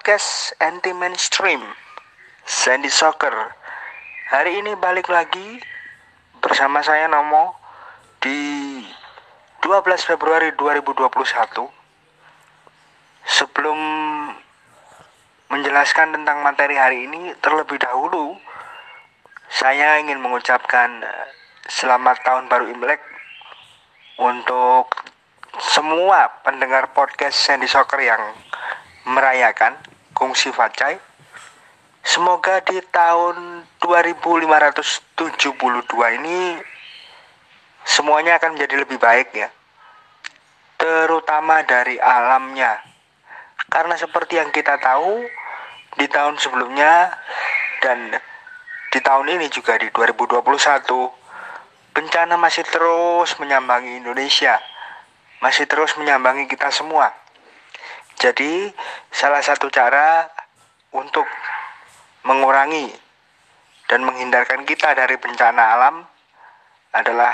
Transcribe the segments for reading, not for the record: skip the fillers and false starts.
podcast anti mainstream Sandy Soccer. Hari ini balik lagi bersama saya Nomo di 12 Februari 2021. Sebelum menjelaskan tentang materi hari ini, terlebih dahulu saya ingin mengucapkan selamat tahun baru Imlek untuk semua pendengar podcast Sandy Soccer yang merayakan Kongsi Facai. Semoga di tahun 2572 ini semuanya akan menjadi lebih baik ya, terutama dari alamnya. Karena seperti yang kita tahu, di tahun sebelumnya dan di tahun ini juga di 2021, bencana masih terus menyambangi Indonesia, masih terus menyambangi kita semua. Jadi salah satu cara untuk mengurangi dan menghindarkan kita dari bencana alam adalah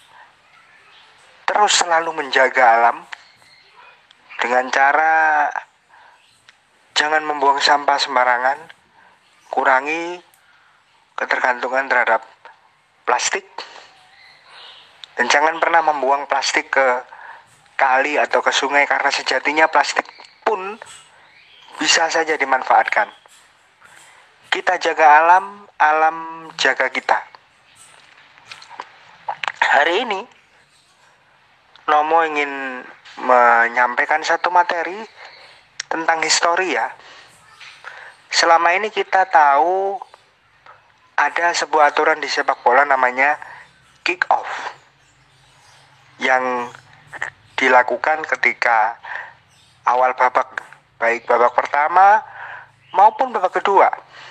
terus selalu menjaga alam dengan cara jangan membuang sampah sembarangan, kurangi ketergantungan terhadap plastik, dan jangan pernah membuang plastik ke kali atau ke sungai, karena sejatinya plastik pun bisa saja dimanfaatkan. Kita jaga alam, alam jaga kita. Hari ini Nomo ingin menyampaikan satu materi tentang histori ya. Selama ini kita tahu ada sebuah aturan di sepak bola namanya kick off yang dilakukan ketika awal babak, baik babak pertama maupun babak kedua.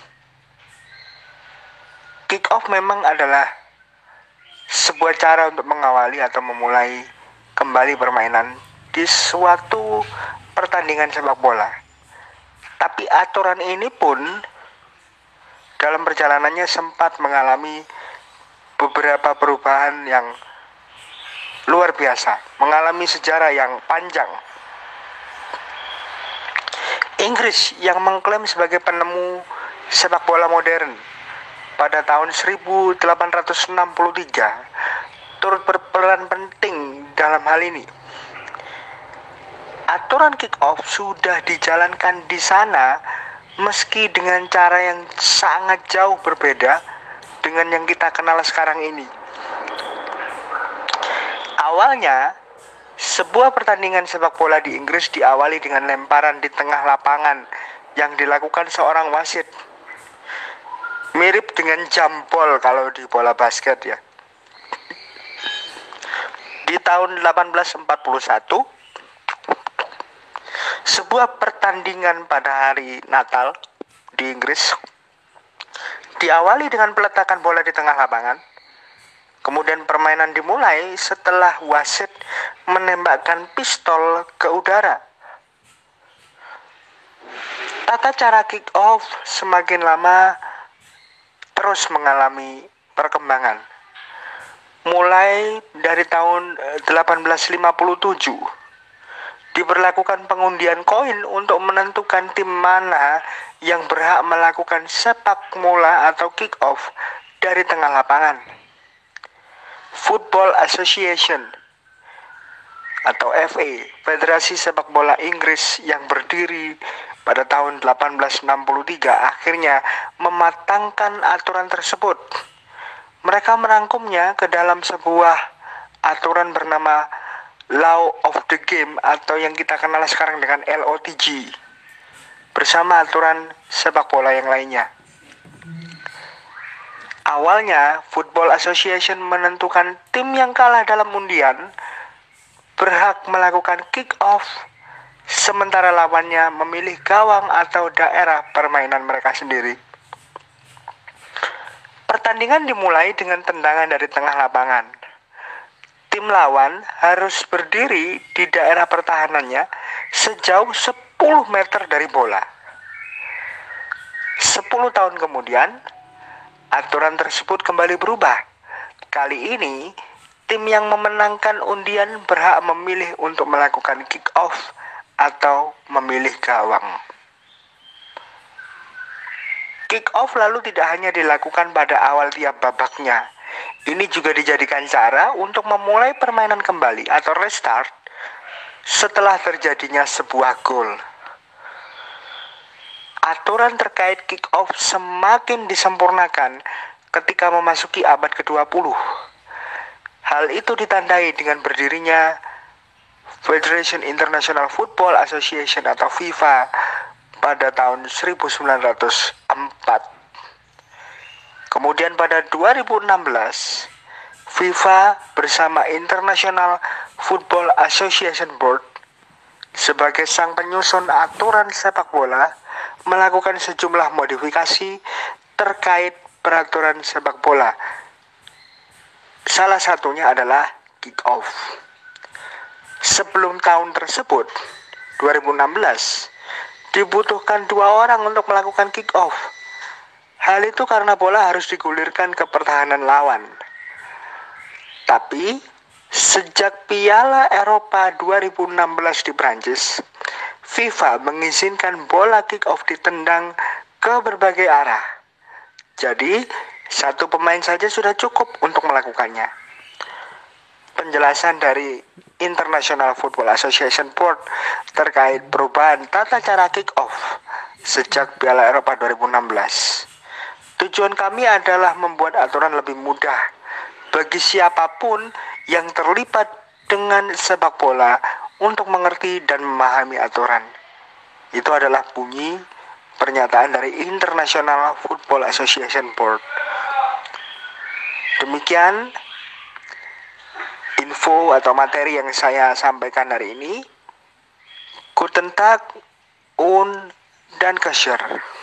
Kick off memang adalah sebuah cara untuk mengawali atau memulai kembali permainan di suatu pertandingan sepak bola. Tapi aturan ini pun dalam perjalanannya sempat mengalami beberapa perubahan yang luar biasa, mengalami sejarah yang panjang. Inggris yang mengklaim sebagai penemu sepak bola modern pada tahun 1863 turut berperan penting dalam hal ini. Aturan kick off sudah dijalankan di sana meski dengan cara yang sangat jauh berbeda dengan yang kita kenal sekarang ini. Awalnya, sebuah pertandingan sepak bola di Inggris diawali dengan lemparan di tengah lapangan yang dilakukan seorang wasit. Mirip dengan jambol kalau di bola basket ya. Di tahun 1841, sebuah pertandingan pada hari Natal di Inggris diawali dengan peletakan bola di tengah lapangan. Kemudian permainan dimulai setelah wasit menembakkan pistol ke udara. Tata cara kick off semakin lama terus mengalami perkembangan. Mulai dari tahun 1857 diberlakukan pengundian koin untuk menentukan tim mana yang berhak melakukan sepak bola atau kick off dari tengah lapangan. Football Association atau FA, Federasi Sepak Bola Inggris yang berdiri pada tahun 1863, akhirnya mematangkan aturan tersebut. Mereka merangkumnya ke dalam sebuah aturan bernama Law of the Game atau yang kita kenal sekarang dengan LOTG, bersama aturan sepak bola yang lainnya. Awalnya, Football Association menentukan tim yang kalah dalam undian berhak melakukan kick off, sementara lawannya memilih gawang atau daerah permainan mereka sendiri. Pertandingan dimulai dengan tendangan dari tengah lapangan. Tim lawan harus berdiri di daerah pertahanannya sejauh 10 meter dari bola. 10 tahun kemudian, aturan tersebut kembali berubah. Kali ini, tim yang memenangkan undian berhak memilih untuk melakukan kick off atau memilih gawang. Kick off lalu tidak hanya dilakukan pada awal tiap babaknya. Ini juga dijadikan cara untuk memulai permainan kembali atau restart setelah terjadinya sebuah gol. Aturan terkait kick off semakin disempurnakan ketika memasuki abad ke-20. Hal itu ditandai dengan berdirinya Federation International Football Association atau FIFA pada tahun 1904. Kemudian pada 2016, FIFA bersama International Football Association Board sebagai sang penyusun aturan sepak bola melakukan sejumlah modifikasi terkait peraturan sepak bola. Salah satunya adalah kick off. Sebelum tahun tersebut, 2016, dibutuhkan 2 orang untuk melakukan kick off. Hal itu karena bola harus digulirkan ke pertahanan lawan. Tapi, sejak Piala Eropa 2016 di Prancis, FIFA mengizinkan bola kick off ditendang ke berbagai arah. Jadi, 1 pemain saja sudah cukup untuk melakukannya. Penjelasan dari International Football Association Board terkait perubahan tata cara kick off sejak Piala Eropa 2016. Tujuan kami adalah membuat aturan lebih mudah bagi siapapun yang terlibat dengan sepak bola untuk mengerti dan memahami aturan. Itu adalah bunyi pernyataan dari International Football Association Board. Demikian info atau materi yang saya sampaikan hari ini. Guten Tag und Dankeschön.